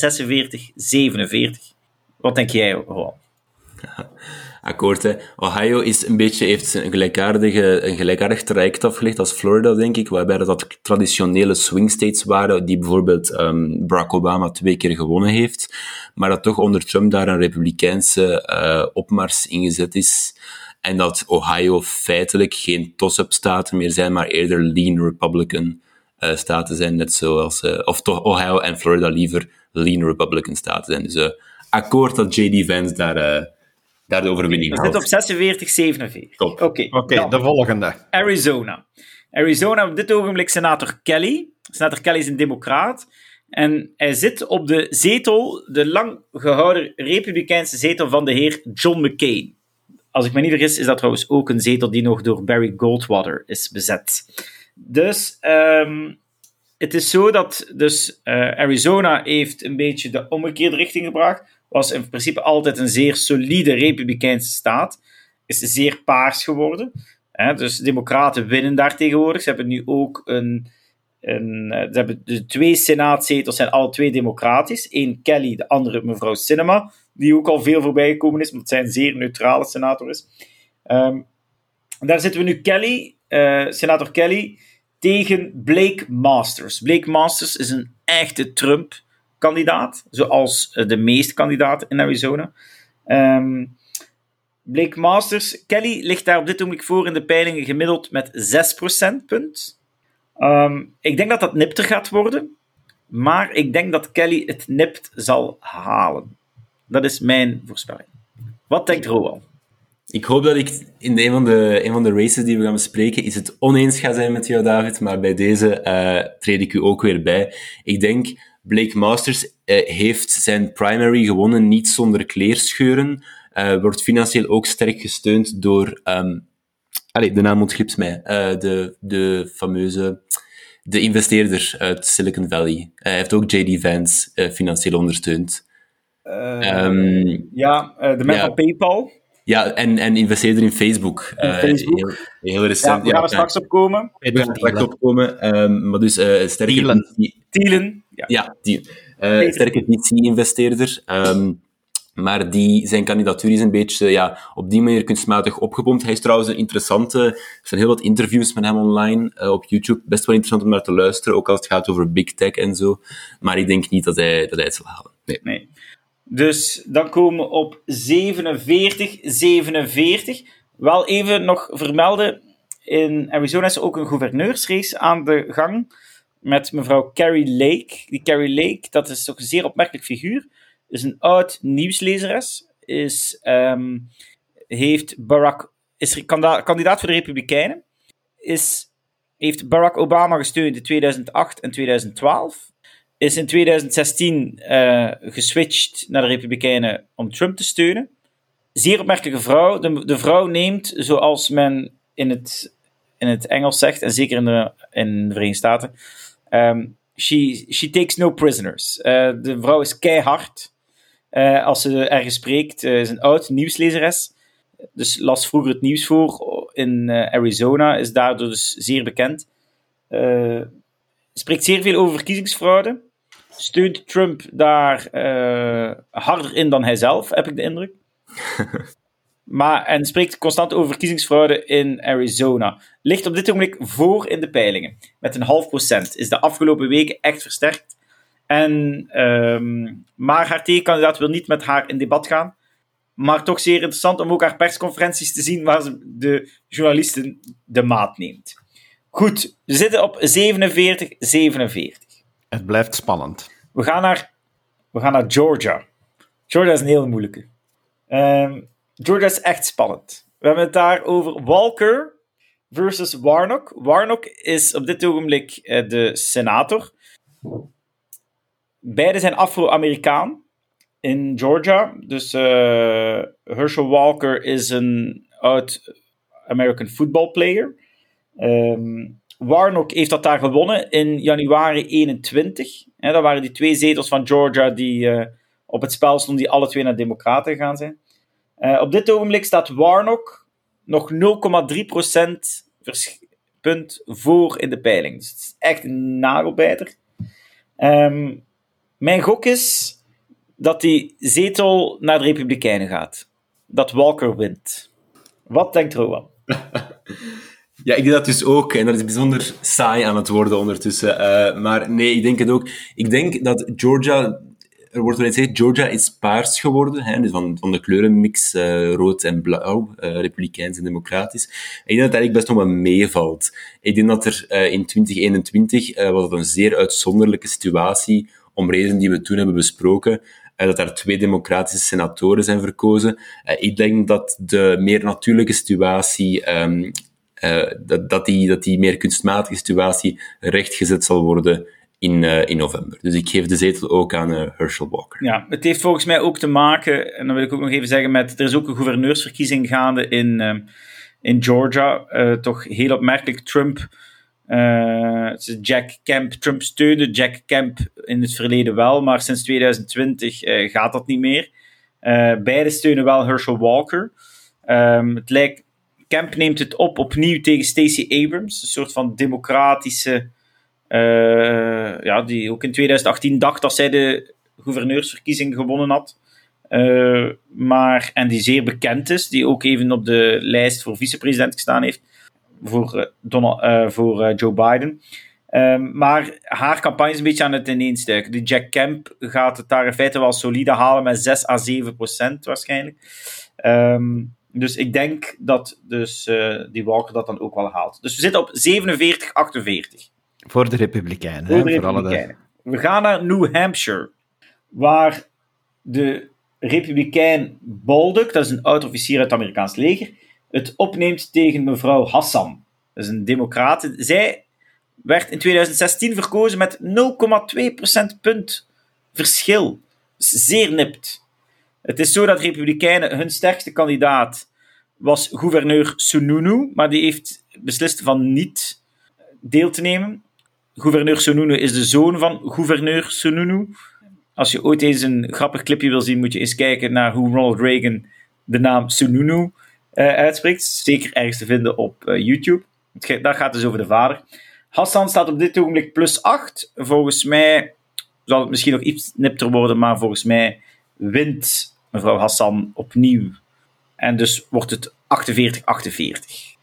46-47. Wat denk jij, Roland? Akkoord, hè. Ohio heeft een gelijkaardig traject afgelegd als Florida, denk ik, waarbij dat traditionele swing states waren, die bijvoorbeeld Barack Obama 2 keer gewonnen heeft, maar dat toch onder Trump daar een republikeinse opmars ingezet is. En dat Ohio feitelijk geen toss-up staten meer zijn, maar eerder lean Republican staten zijn, net zoals, of toch Ohio en Florida liever lean Republican staten zijn. Dus akkoord dat J.D. Vance daar de overwinning houdt. We zitten op 46-47. Oké, de volgende. Arizona, op dit ogenblik senator Kelly. Senator Kelly is een democraat. En hij zit op de zetel, de lang gehouden republikeinse zetel van de heer John McCain. Als ik me niet vergis, is dat trouwens ook een zetel die nog door Barry Goldwater is bezet. Dus het is zo dat Arizona heeft een beetje de omgekeerde richting gebracht. Was in principe altijd een zeer solide republikeinse staat. Is zeer paars geworden. Dus de democraten winnen daar tegenwoordig. Ze hebben nu ook ze hebben de 2 senaatzetels zijn alle 2 democratisch. Eén Kelly, de andere mevrouw Sinema, die ook al veel voorbij gekomen is, omdat zij een zeer neutrale senator is. Daar zitten we nu senator Kelly, tegen Blake Masters. Blake Masters is een echte Trump-kandidaat, zoals de meeste kandidaten in Arizona. Blake Masters, Kelly ligt daar op dit ogenblik voor in de peilingen gemiddeld met 6 procentpunt. Ik denk dat dat nipter gaat worden, maar ik denk dat Kelly het nipt zal halen. Dat is mijn voorspelling. Wat denkt Roald? Ik hoop dat ik in een van de races die we gaan bespreken is het oneens ga zijn met jou, David, maar bij deze treed ik u ook weer bij. Ik denk, Blake Masters heeft zijn primary gewonnen niet zonder kleerscheuren, wordt financieel ook sterk gesteund door... de naam ontglipt mij. De fameuze... De investeerder uit Silicon Valley. Hij heeft ook J.D. Vance financieel ondersteund. De man van PayPal. Ja, en investeerder in Facebook. Heel recent. We gaan er straks op komen. Maar dus sterke... Thielen. Sterke VC-investeerder. Maar zijn kandidatuur is een beetje op die manier kunstmatig opgepompt. Hij is trouwens een interessante... Er zijn heel wat interviews met hem online op YouTube. Best wel interessant om naar te luisteren, ook als het gaat over big tech en zo. Maar ik denk niet dat hij het zal halen. Nee. Dus dan komen we op 47-47. Wel even nog vermelden, in Arizona is er ook een gouverneursrace aan de gang met mevrouw Carrie Lake. Die Carrie Lake, dat is toch een zeer opmerkelijk figuur. Is een oud nieuwslezeres. Is kandidaat voor de Republikeinen. Heeft Barack Obama gesteund in 2008 en 2012. Is in 2016 geswitcht naar de Republikeinen om Trump te steunen. Zeer opmerkelijke vrouw. De vrouw neemt, zoals men in het Engels zegt, en zeker in de Verenigde Staten, she takes no prisoners. De vrouw is keihard. Als ze ergens spreekt, is een oud nieuwslezeres. Dus las vroeger het nieuws voor in Arizona, is daardoor dus zeer bekend. Spreekt zeer veel over verkiezingsfraude. steunt Trump daar harder in dan hij zelf, heb ik de indruk. En spreekt constant over verkiezingsfraude in Arizona. Ligt op dit ogenblik voor in de peilingen. Met 0,5%. Is de afgelopen weken echt versterkt. Maar haar tegenkandidaat wil niet met haar in debat gaan. Maar toch zeer interessant om ook haar persconferenties te zien waar ze de journalisten de maat neemt. Goed, we zitten op 47-47. Het blijft spannend. We gaan naar Georgia. Georgia is een hele moeilijke. Georgia is echt spannend. We hebben het daar over Walker versus Warnock. Warnock is op dit ogenblik de senator. Beide zijn Afro-Amerikaan in Georgia. Dus Herschel Walker is een oud American football player. Warnock heeft dat daar gewonnen in januari 21. Dat waren die 2 zetels van Georgia die op het spel stonden, die alle 2 naar Democraten gegaan zijn. Op dit ogenblik staat Warnock nog 0,3% punt voor in de peiling. Dus het is echt een nagelbijter. Mijn gok is dat die zetel naar de Republikeinen gaat. Dat Walker wint. Wat denkt Rowan? Ja, ik denk dat dus ook. En dat is bijzonder saai aan het worden ondertussen. Maar nee, ik denk het ook. Ik denk dat Georgia... Er wordt wel eens gezegd, Georgia is paars geworden. Hè, dus van de kleurenmix, rood en blauw, republikeins en democratisch. Ik denk dat het eigenlijk best nog wel meevalt. Ik denk dat er in 2021 was het een zeer uitzonderlijke situatie, om redenen die we toen hebben besproken, dat daar 2 democratische senatoren zijn verkozen. Ik denk dat de meer natuurlijke situatie, dat die meer kunstmatige situatie rechtgezet zal worden in november. Dus ik geef de zetel ook aan Herschel Walker. Ja, het heeft volgens mij ook te maken, en dan wil ik ook nog even zeggen, er is ook een gouverneursverkiezing gaande in Georgia. Toch heel opmerkelijk, Trump... Jack Kemp, Trump steunde Jack Kemp in het verleden wel, maar sinds 2020 gaat dat niet meer. Beide steunen wel Herschel Walker. Het lijkt, Kemp neemt het opnieuw tegen Stacey Abrams, een soort van democratische, die ook in 2018 dacht dat zij de gouverneursverkiezing gewonnen had. En die zeer bekend is, die ook even op de lijst voor vicepresident gestaan heeft. Voor Joe Biden. Maar haar campagne is een beetje aan het ineenstuiken. Die Jack Kemp gaat het daar in feite wel solide halen met 6-7% waarschijnlijk. Dus ik denk dat die Walker dat dan ook wel haalt. Dus we zitten op 47-48. Voor de Republikeinen. Voor de Republikeinen. We gaan naar New Hampshire, waar de Republikein Bolduc, dat is een oud-officier uit het Amerikaans leger, het opneemt tegen mevrouw Hassan. Dat is een democrate. Zij werd in 2016 verkozen met 0,2% punt verschil. Dus zeer nipt. Het is zo dat Republikeinen, hun sterkste kandidaat was gouverneur Sununu, maar die heeft beslist van niet deel te nemen. Gouverneur Sununu is de zoon van gouverneur Sununu. Als je ooit eens een grappig clipje wil zien, moet je eens kijken naar hoe Ronald Reagan de naam Sununu uitspreekt. Zeker ergens te vinden op YouTube. Dat gaat dus over de vader. Hassan staat op dit ogenblik +8. Volgens mij zal het misschien nog iets nipter worden, maar volgens mij wint mevrouw Hassan opnieuw. En dus wordt het 48-48.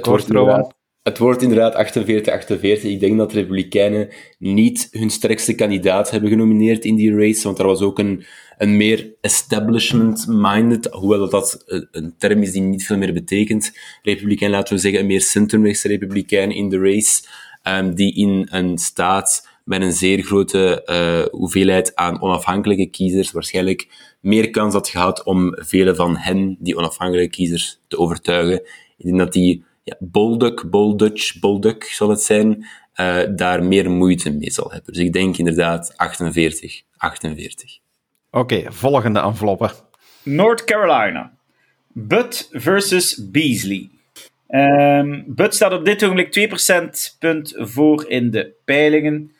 Het wordt inderdaad 48-48. Ik denk dat de Republikeinen niet hun sterkste kandidaat hebben genomineerd in die race, want er was ook een meer establishment-minded, hoewel dat een term is die niet veel meer betekent, Republikein, laten we zeggen, een meer centrumrechtse Republikein in de race, die in een staat met een zeer grote hoeveelheid aan onafhankelijke kiezers waarschijnlijk meer kans had gehad om vele van hen, die onafhankelijke kiezers, te overtuigen. Ik denk dat die Bolduc zal het zijn, daar meer moeite mee zal hebben. Dus ik denk inderdaad 48-48. Oké, volgende enveloppe. North Carolina. Butt versus Beasley. Butt staat op dit ogenblik 2% punt voor in de peilingen.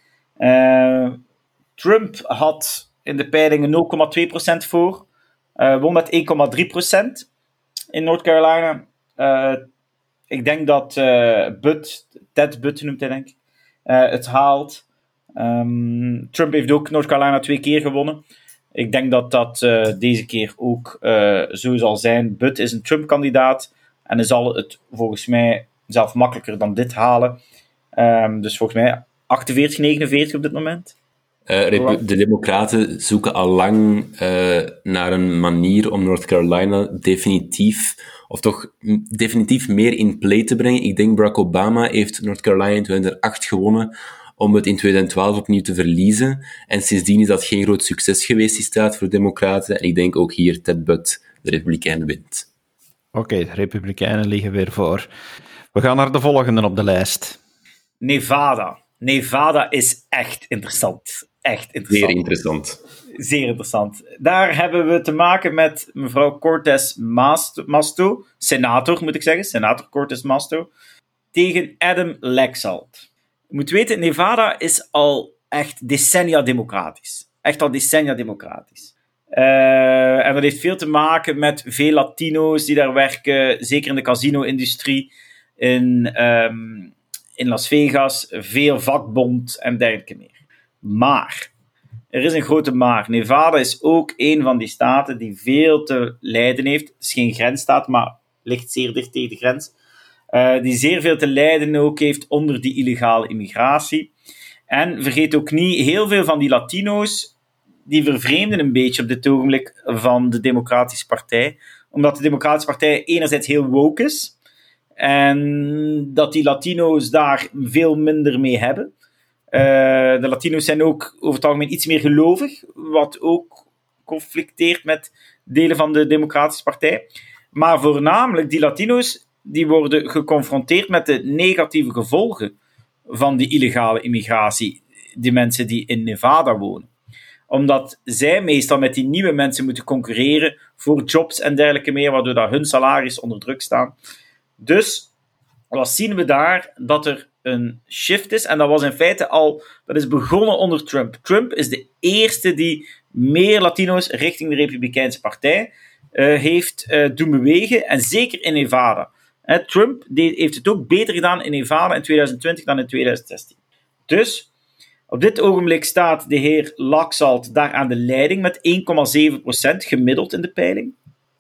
Trump had in de peilingen 0,2% voor. Won met 1,3% in North Carolina. Ik denk dat Ted Butt noemt hij, denk ik, het haalt. Trump heeft ook North Carolina 2 keer gewonnen. Ik denk dat dat deze keer ook zo zal zijn. Butt is een Trump-kandidaat en hij zal het volgens mij zelf makkelijker dan dit halen. Dus volgens mij 48-49 op dit moment. De Democraten zoeken al lang naar een manier om North Carolina definitief meer in play te brengen. Ik denk Barack Obama heeft North Carolina in 2008 gewonnen om het in 2012 opnieuw te verliezen. En sindsdien is dat geen groot succes geweest, die staat voor de Democraten. En ik denk ook hier Ted Budd, de Republikeinen, wint. Oké, de Republikeinen liggen weer voor. We gaan naar de volgende op de lijst. Nevada. Nevada is echt interessant. Echt interessant. Zeer interessant. Zeer interessant. Daar hebben we te maken met mevrouw Cortez Masto, senator moet ik zeggen, senator Cortez Masto, tegen Adam Laxalt. Je moet weten, Nevada is al echt decennia democratisch. Echt al decennia democratisch. En dat heeft veel te maken met veel Latino's die daar werken, zeker in de casino-industrie, in Las Vegas, veel vakbond en dergelijke meer. Maar, er is een grote maar. Nevada is ook een van die staten die veel te lijden heeft. Het is geen grensstaat, maar ligt zeer dicht tegen de grens. Die zeer veel te lijden ook heeft onder die illegale immigratie. En vergeet ook niet, heel veel van die Latino's, die vervreemden een beetje op dit ogenblik van de Democratische Partij. Omdat de Democratische Partij enerzijds heel woke is. En dat die Latino's daar veel minder mee hebben. De Latino's zijn ook over het algemeen iets meer gelovig, wat ook conflicteert met delen van de Democratische Partij. Maar voornamelijk die Latino's, die worden geconfronteerd met de negatieve gevolgen van die illegale immigratie, die mensen die in Nevada wonen. Omdat zij meestal met die nieuwe mensen moeten concurreren voor jobs en dergelijke meer, waardoor dat hun salaris onder druk staan. Dus wat zien we daar? Dat er een shift is. En dat was in feite al, dat is begonnen onder Trump. Trump is de eerste die meer Latino's richting de Republikeinse Partij heeft doen bewegen. En zeker in Nevada. Trump heeft het ook beter gedaan in Nevada in 2020 dan in 2016. Dus op dit ogenblik staat de heer Laxalt daar aan de leiding met 1,7% gemiddeld in de peiling.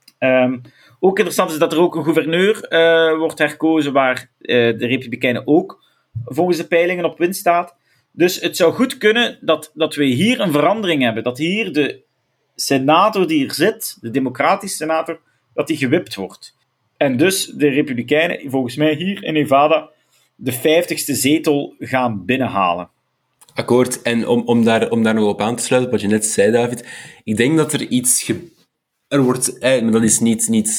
Ook interessant is dat er ook een gouverneur wordt herkozen waar de Republikeinen ook volgens de peilingen op winst staat. Dus het zou goed kunnen dat we hier een verandering hebben. Dat hier de senator die hier zit, de democratische senator, dat die gewipt wordt. En dus de Republikeinen, volgens mij hier in Nevada, de 50ste zetel gaan binnenhalen. Akkoord. En om daar nog op aan te sluiten, wat je net zei, David, ik denk dat er iets er wordt, maar dat is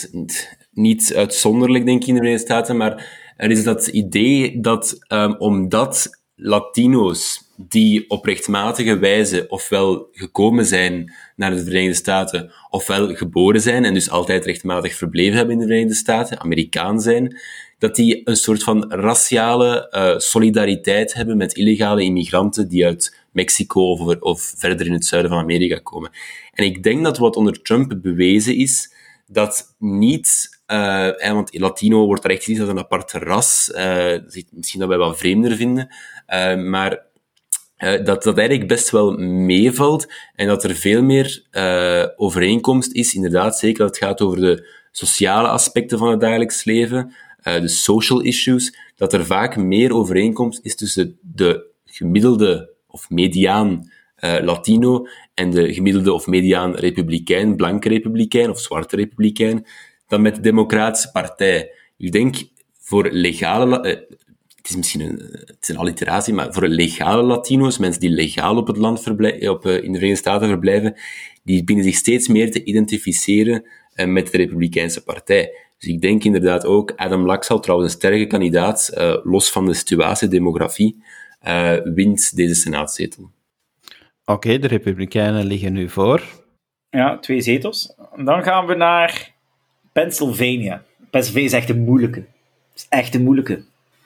niet uitzonderlijk, denk ik, in de Verenigde Staten, maar er is dat idee dat omdat Latino's die op rechtmatige wijze ofwel gekomen zijn naar de Verenigde Staten, ofwel geboren zijn en dus altijd rechtmatig verbleven hebben in de Verenigde Staten, Amerikaan zijn, dat die een soort van raciale solidariteit hebben met illegale immigranten die uit Mexico of verder in het zuiden van Amerika komen. En ik denk dat wat onder Trump bewezen is, dat niet, want Latino wordt er echt gezien als een apart ras, misschien dat wij wel vreemder vinden, maar dat eigenlijk best wel meevalt en dat er veel meer overeenkomst is, inderdaad, zeker als het gaat over de sociale aspecten van het dagelijks leven, de social issues, dat er vaak meer overeenkomst is tussen de gemiddelde of mediaan Latino en de gemiddelde of mediaan republikein, blanke republikein of zwarte republikein, dan met de Democratische Partij. Ik denk voor legale, het is misschien een alliteratie, maar voor legale Latino's, mensen die legaal op het land in de Verenigde Staten verblijven, die beginnen zich steeds meer te identificeren met de Republikeinse Partij. Dus ik denk inderdaad ook, Adam Laxalt, trouwens een sterke kandidaat, los van de situatie, demografie, wint deze senaatzetel. Oké, de Republikeinen liggen nu voor. Ja, 2 zetels. Dan gaan we naar Pennsylvania. Pennsylvania is echt een moeilijke. Het is echt een moeilijke.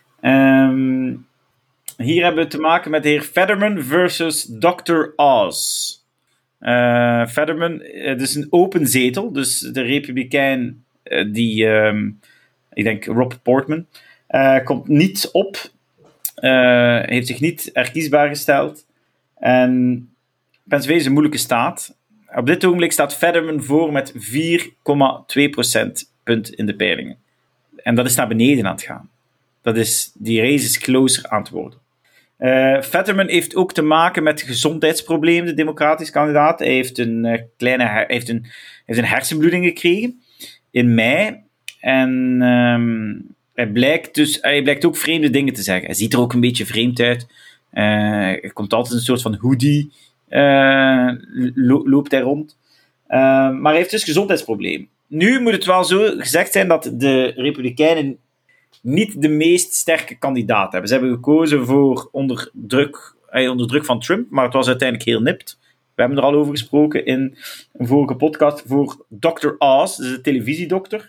Hier hebben we te maken met de heer Fetterman versus Dr. Oz. Fetterman, het is een open zetel, dus de Republikein ik denk Rob Portman, komt niet op, heeft zich niet herkiesbaar gesteld. En Pennsylvania is een moeilijke staat. Op dit ogenblik staat Fetterman voor met 4,2 procentpunt in de peilingen. En dat is naar beneden aan het gaan. Die race is closer aan het worden. Fetterman heeft ook te maken met gezondheidsproblemen, de democratisch kandidaat. Hij heeft een hersenbloeding gekregen in mei. En hij blijkt ook vreemde dingen te zeggen. Hij ziet er ook een beetje vreemd uit. Er komt altijd een soort van hoodie, loopt hij rond. Maar hij heeft dus gezondheidsproblemen. Nu moet het wel zo gezegd zijn dat de Republikeinen niet de meest sterke kandidaat hebben. Ze hebben gekozen voor onder druk van Trump, maar het was uiteindelijk heel nipt. We hebben er al over gesproken in een vorige podcast voor Dr. Oz, dus de televisiedokter.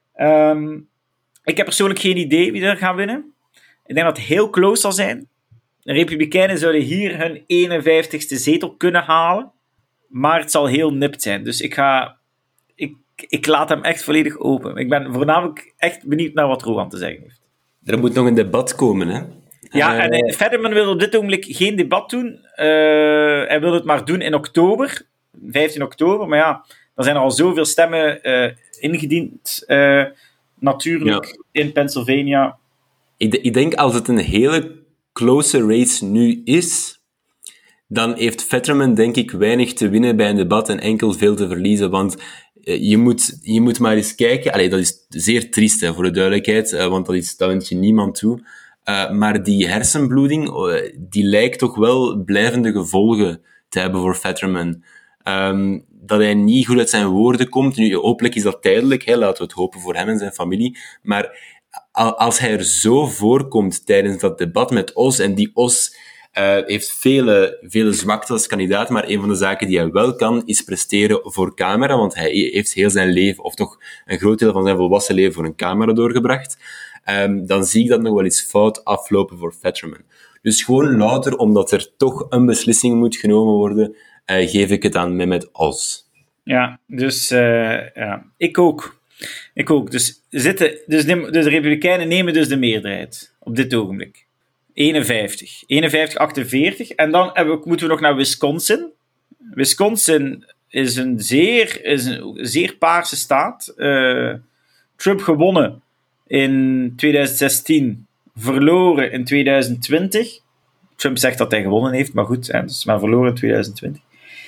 Ik heb persoonlijk geen idee wie er gaat winnen. Ik denk dat het heel close zal zijn. De Republikeinen zouden hier hun 51ste zetel kunnen halen, maar het zal heel nipt zijn. Dus ik laat hem echt volledig open. Ik ben voornamelijk echt benieuwd naar wat Rowan te zeggen heeft. Er moet nog een debat komen, hè? Ja, en Fetterman wil op dit ogenblik geen debat doen. Hij wil het maar doen in oktober, 15 oktober. Maar ja, er zijn er al zoveel stemmen ingediend, natuurlijk, in Pennsylvania. Ik denk, als het een hele close race nu is, dan heeft Fetterman, denk ik, weinig te winnen bij een debat en enkel veel te verliezen. Want je moet maar eens kijken. Allee, dat is zeer triest, hè, voor de duidelijkheid, want dat wens je niemand toe. Maar die hersenbloeding, die lijkt toch wel blijvende gevolgen te hebben voor Fetterman. Dat hij niet goed uit zijn woorden komt. Nu, hopelijk is dat tijdelijk, hè, laten we het hopen voor hem en zijn familie. Maar als hij er zo voorkomt tijdens dat debat met Oz, en die Oz heeft vele zwakten als kandidaat, maar een van de zaken die hij wel kan, is presteren voor camera, want hij heeft heel zijn leven, of toch een groot deel van zijn volwassen leven, voor een camera doorgebracht. Dan zie ik dat nog wel eens fout aflopen voor Fetterman. Dus gewoon louter, omdat er toch een beslissing moet genomen worden, geef ik het aan Mehmet Oz. Ja, dus ja. Ik ook. Dus de Republikeinen nemen dus de meerderheid op dit ogenblik. 51, 48. En dan moeten we nog naar Wisconsin. Wisconsin is een zeer paarse staat. Trump gewonnen in 2016, verloren in 2020. Trump zegt dat hij gewonnen heeft, maar goed, dus maar verloren in 2020.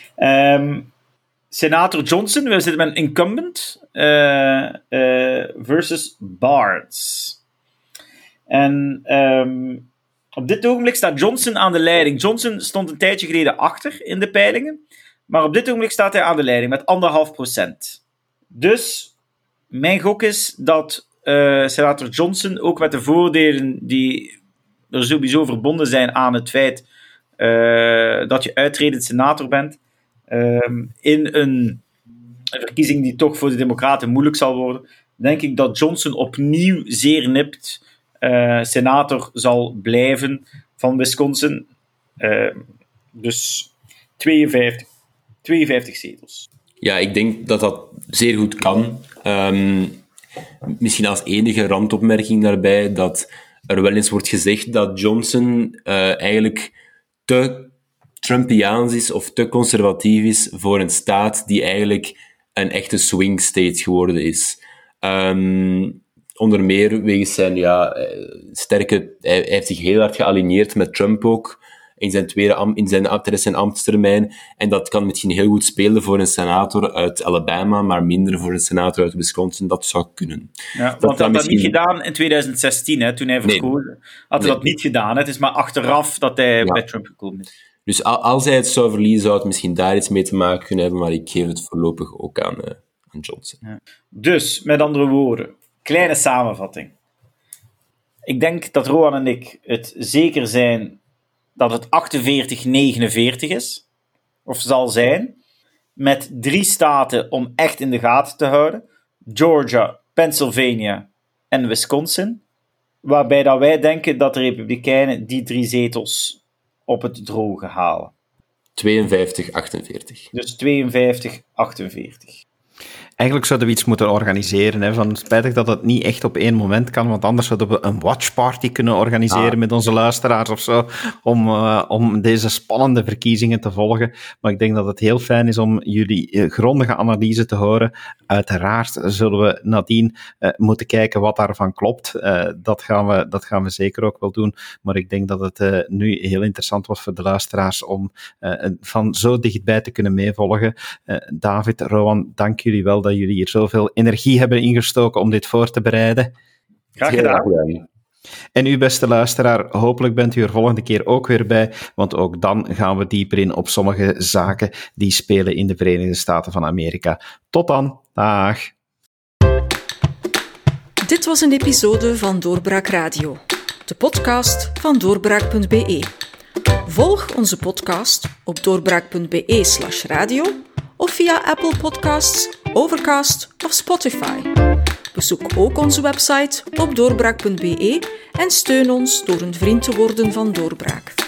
Senator Johnson, we zitten met een incumbent versus Barnes. En op dit ogenblik staat Johnson aan de leiding. Johnson stond een tijdje geleden achter in de peilingen, maar op dit ogenblik staat hij aan de leiding met 1,5%. Dus mijn gok is dat Senator Johnson, ook met de voordelen die er sowieso verbonden zijn aan het feit dat je uitredend senator bent, in een verkiezing die toch voor de Democraten moeilijk zal worden, denk ik dat Johnson opnieuw zeer nipt senator zal blijven van Wisconsin. Dus 52 zetels. Ja, ik denk dat dat zeer goed kan. Misschien als enige randopmerking daarbij, dat er wel eens wordt gezegd dat Johnson eigenlijk te Trumpiaans is of te conservatief is voor een staat die eigenlijk een echte swing state geworden is. Onder meer wegens zijn hij heeft zich heel hard gealigneerd met Trump ook tijdens zijn ambtstermijn. En dat kan misschien heel goed spelen voor een senator uit Alabama, maar minder voor een senator uit Wisconsin. Dat zou kunnen. Ja, want hij had dat niet gedaan in 2016, hè, toen hij verkozen. Had hij dat niet gedaan. Het is maar achteraf dat hij bij Trump gekomen is. Dus als hij het zou verliezen, zou het misschien daar iets mee te maken kunnen hebben, maar ik geef het voorlopig ook aan Johnson. Ja. Dus, met andere woorden, kleine samenvatting. Ik denk dat Rowan en ik het zeker zijn dat het 48-49 is, of zal zijn, met 3 staten om echt in de gaten te houden. Georgia, Pennsylvania en Wisconsin. Waarbij dat wij denken dat de Republikeinen die 3 zetels op het droge halen. 52-48. Dus 52-48. Eigenlijk zouden we iets moeten organiseren. Hè, van spijtig dat het niet echt op één moment kan, want anders zouden we een watchparty kunnen organiseren met onze luisteraars of zo, om deze spannende verkiezingen te volgen. Maar ik denk dat het heel fijn is om jullie grondige analyse te horen. Uiteraard zullen we nadien moeten kijken wat daarvan klopt. Dat gaan we zeker ook wel doen. Maar ik denk dat het nu heel interessant was voor de luisteraars om van zo dichtbij te kunnen meevolgen. David, Rowan, dank jullie wel dat jullie hier zoveel energie hebben ingestoken om dit voor te bereiden. Graag gedaan. En u, beste luisteraar, hopelijk bent u er volgende keer ook weer bij, want ook dan gaan we dieper in op sommige zaken die spelen in de Verenigde Staten van Amerika. Tot dan. Dag. Dit was een episode van Doorbraak Radio, de podcast van doorbraak.be. Volg onze podcast op doorbraak.be/radio of via Apple Podcasts, Overcast of Spotify. Bezoek ook onze website op doorbraak.be en steun ons door een vriend te worden van Doorbraak.